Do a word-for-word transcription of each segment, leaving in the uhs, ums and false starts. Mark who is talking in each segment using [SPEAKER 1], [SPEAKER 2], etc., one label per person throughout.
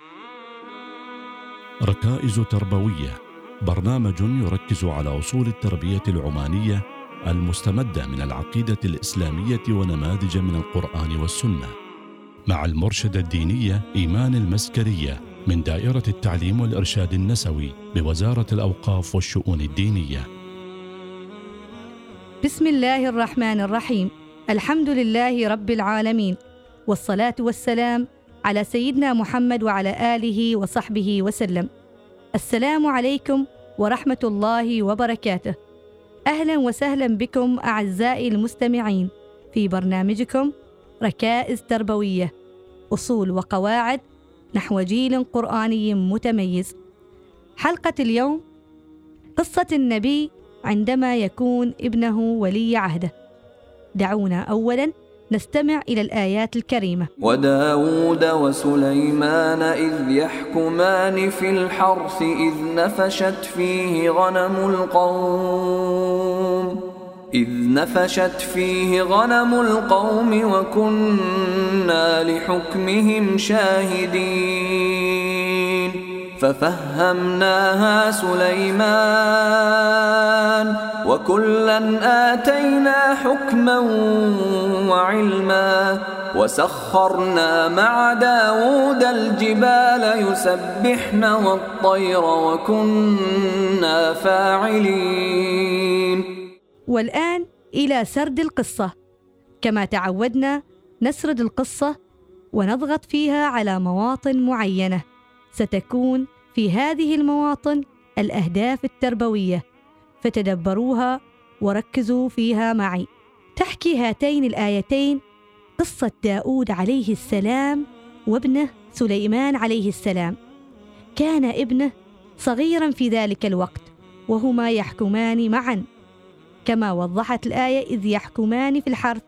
[SPEAKER 1] ركائز تربوية، برنامج يركز على أصول التربية العمانية المستمدة من العقيدة الإسلامية ونماذج من القرآن والسنة، مع المرشدة الدينية إيمان المسكرية من دائرة التعليم والإرشاد النسوي بوزارة الأوقاف والشؤون الدينية.
[SPEAKER 2] بسم الله الرحمن الرحيم. الحمد لله رب العالمين، والصلاة والسلام على سيدنا محمد وعلى آله وصحبه وسلم. السلام عليكم ورحمة الله وبركاته. أهلا وسهلا بكم أعزائي المستمعين في برنامجكم ركائز تربوية، أصول وقواعد نحو جيل قرآني متميز. حلقة اليوم قصة النبي عندما يكون ابنه ولي عهده. دعونا أولا نستمع إلى الآيات الكريمة.
[SPEAKER 3] وداود وسليمان إذ يحكمان في الحرث إذ نفشت فيه غنم القوم إذ نفشت فيه غنم القوم وكنا لحكمهم شاهدين ففهمناها سليمان وكلا آتينا حكما وعلما وسخرنا مع داود الجبال يسبحن والطير وكنا فاعلين.
[SPEAKER 2] والآن إلى سرد القصة. كما تعودنا نسرد القصة ونضغط فيها على مواطن معينة، ستكون في هذه المواطن الأهداف التربوية، فتدبروها وركزوا فيها معي. تحكي هاتين الآيتين قصة داود عليه السلام وابنه سليمان عليه السلام. كان ابنه صغيرا في ذلك الوقت وهما يحكمان معا، كما وضحت الآية إذ يحكمان في الحرث.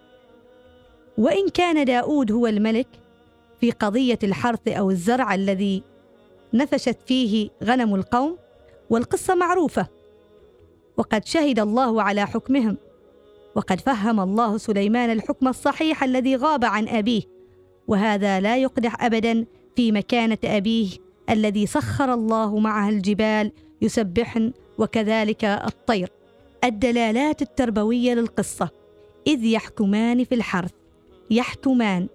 [SPEAKER 2] وإن كان داود هو الملك في قضية الحرث أو الزرع الذي نفشت فيه غنم القوم، والقصة معروفة، وقد شهد الله على حكمهم، وقد فهم الله سليمان الحكم الصحيح الذي غاب عن أبيه، وهذا لا يقدح أبدا في مكانة أبيه الذي سخر الله معه الجبال يسبحن وكذلك الطير. الدلالات التربوية للقصة: إذ يحكمان في الحرث. يحكمان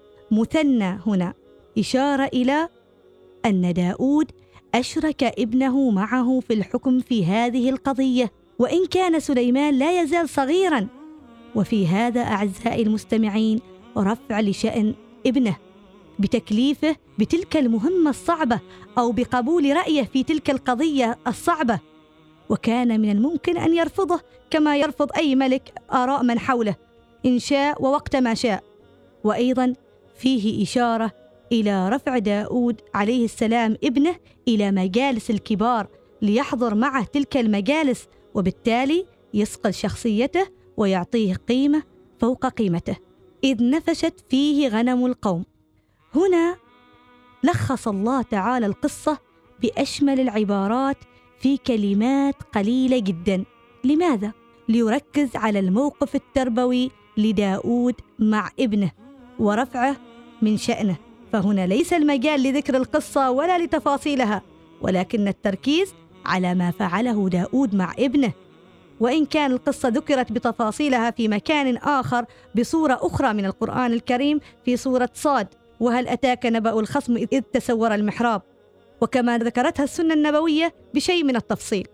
[SPEAKER 2] مثنى هنا، إشارة إلى أن داود أشرك ابنه معه في الحكم في هذه القضية، وإن كان سليمان لا يزال صغيرا. وفي هذا أعزائي المستمعين رفع لشأن ابنه بتكليفه بتلك المهمة الصعبة أو بقبول رأيه في تلك القضية الصعبة، وكان من الممكن أن يرفضه كما يرفض أي ملك آراء من حوله إن شاء ووقت ما شاء. وأيضا فيه إشارة إلى رفع داود عليه السلام ابنه إلى مجالس الكبار ليحضر معه تلك المجالس، وبالتالي يصقل شخصيته ويعطيه قيمة فوق قيمته. إذ نفشت فيه غنم القوم. هنا لخص الله تعالى القصة بأشمل العبارات في كلمات قليلة جدا. لماذا؟ ليركز على الموقف التربوي لداود مع ابنه ورفعه من شأنه، فهنا ليس المجال لذكر القصة ولا لتفاصيلها، ولكن التركيز على ما فعله داود مع ابنه. وإن كان القصة ذكرت بتفاصيلها في مكان آخر بصورة أخرى من القرآن الكريم في سورة صاد، وهل أتاك نبأ الخصم إذ تسور المحراب، وكما ذكرتها السنة النبوية بشيء من التفصيل.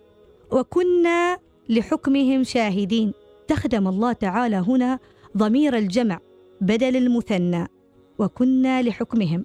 [SPEAKER 2] وكنا لحكمهم شاهدين. تخدم الله تعالى هنا ضمير الجمع بدل المثنى، وكنا لحكمهم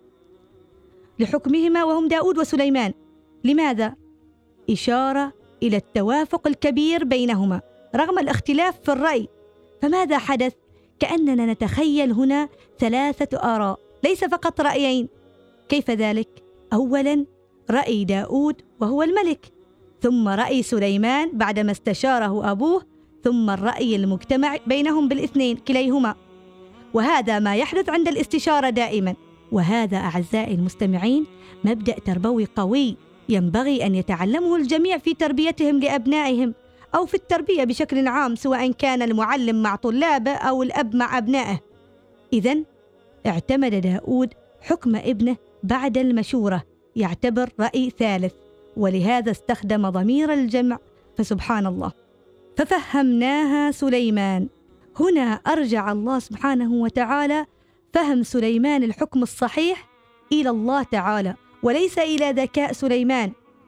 [SPEAKER 2] لحكمهما وهم داود وسليمان. لماذا؟ إشارة إلى التوافق الكبير بينهما رغم الاختلاف في الرأي. فماذا حدث؟ كأننا نتخيل هنا ثلاثة آراء، ليس فقط رأيين. كيف ذلك؟ أولا رأي داود وهو الملك، ثم رأي سليمان بعدما استشاره أبوه، ثم الرأي المجتمع بينهم بالاثنين كليهما. وهذا ما يحدث عند الاستشارة دائما. وهذا أعزائي المستمعين مبدأ تربوي قوي ينبغي أن يتعلمه الجميع في تربيتهم لأبنائهم أو في التربية بشكل عام، سواء كان المعلم مع طلابه أو الأب مع أبنائه. إذن اعتمد داود حكم ابنه بعد المشورة يعتبر رأي ثالث، ولهذا استخدم ضمير الجمع، فسبحان الله. ففهمناها سليمان. هنا أرجع الله سبحانه وتعالى فهم سليمان الحكم الصحيح إلى الله تعالى وليس إلى ذكاء سليمان،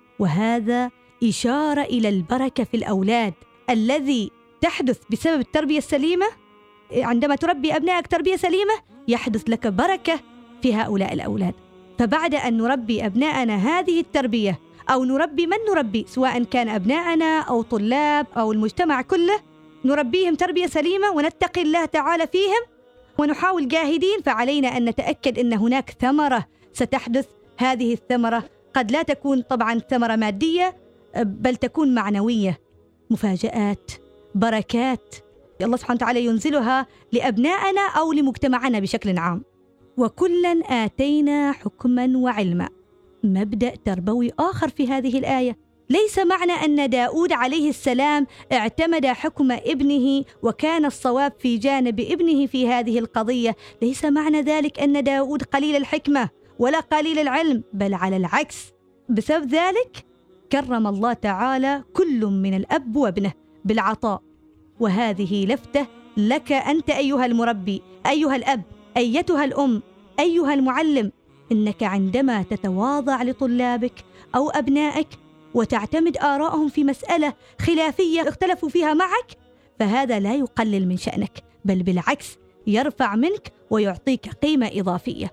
[SPEAKER 2] وهذا إشارة إلى البركة في الأولاد الذي تحدث بسبب التربية السليمة. عندما تربي أبنائك تربية سليمة يحدث لك بركة في هؤلاء الأولاد. فبعد أن نربي أبناءنا هذه التربية أو نربي من نربي، سواء كان أبناءنا أو طلاب أو المجتمع كله، نربيهم تربية سليمة ونتقي الله تعالى فيهم ونحاول جاهدين، فعلينا أن نتأكد أن هناك ثمرة ستحدث. هذه الثمرة قد لا تكون طبعا ثمرة مادية، بل تكون معنوية، مفاجآت، بركات الله سبحانه وتعالى ينزلها لأبنائنا أو لمجتمعنا بشكل عام. وكلا آتينا حكما وعلما. مبدأ تربوي آخر في هذه الآية. ليس معنى أن داود عليه السلام اعتمد حكم ابنه وكان الصواب في جانب ابنه في هذه القضية، ليس معنى ذلك أن داود قليل الحكمة ولا قليل العلم، بل على العكس. بسبب ذلك كرم الله تعالى كل من الأب وابنه بالعطاء. وهذه لفتة لك أنت أيها المربي، أيها الأب، أيتها الأم، أيها المعلم، إنك عندما تتواضع لطلابك أو أبنائك وتعتمد آراءهم في مسألة خلافية اختلفوا فيها معك، فهذا لا يقلل من شأنك، بل بالعكس يرفع منك ويعطيك قيمة إضافية.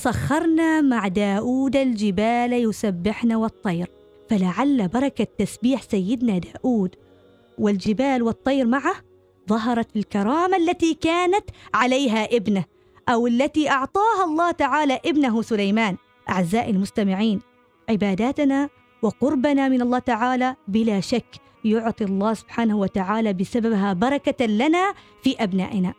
[SPEAKER 2] وسخرنا مع داود الجبال يسبحن والطير. فلعل بركة تسبيح سيدنا داود والجبال والطير معه ظهرت الكرامة التي كانت عليها ابنه أو التي أعطاها الله تعالى ابنه سليمان. أعزائي المستمعين، عباداتنا وقربنا من الله تعالى بلا شك يعطي الله سبحانه وتعالى بسببها بركة لنا في أبنائنا.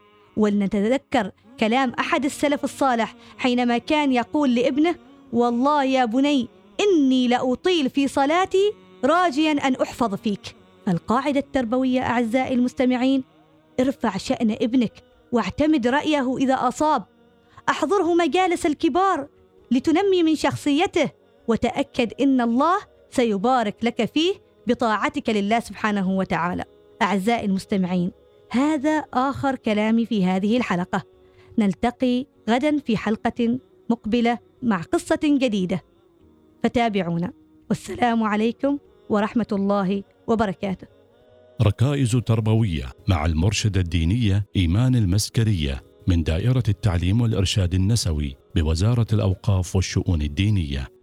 [SPEAKER 2] ولنتذكر كلام أحد السلف الصالح حينما كان يقول لابنه: والله يا بني إني لأطيل في صلاتي راجيا أن أحفظ فيك. القاعدة التربوية أعزائي المستمعين: ارفع شأن ابنك واعتمد رأيه إذا أصاب، أحضره مجالس الكبار لتنمي من شخصيته، وتأكد إن الله سيبارك لك فيه بطاعتك لله سبحانه وتعالى. أعزائي المستمعين، هذا آخر كلامي في هذه الحلقة. نلتقي غدا في حلقة مقبلة مع قصة جديدة، فتابعونا، والسلام عليكم ورحمة الله وبركاته.
[SPEAKER 1] ركائز تربوية مع المرشدة الدينية إيمان المسكرية من دائرة التعليم والإرشاد النسوي بوزارة الأوقاف والشؤون الدينية.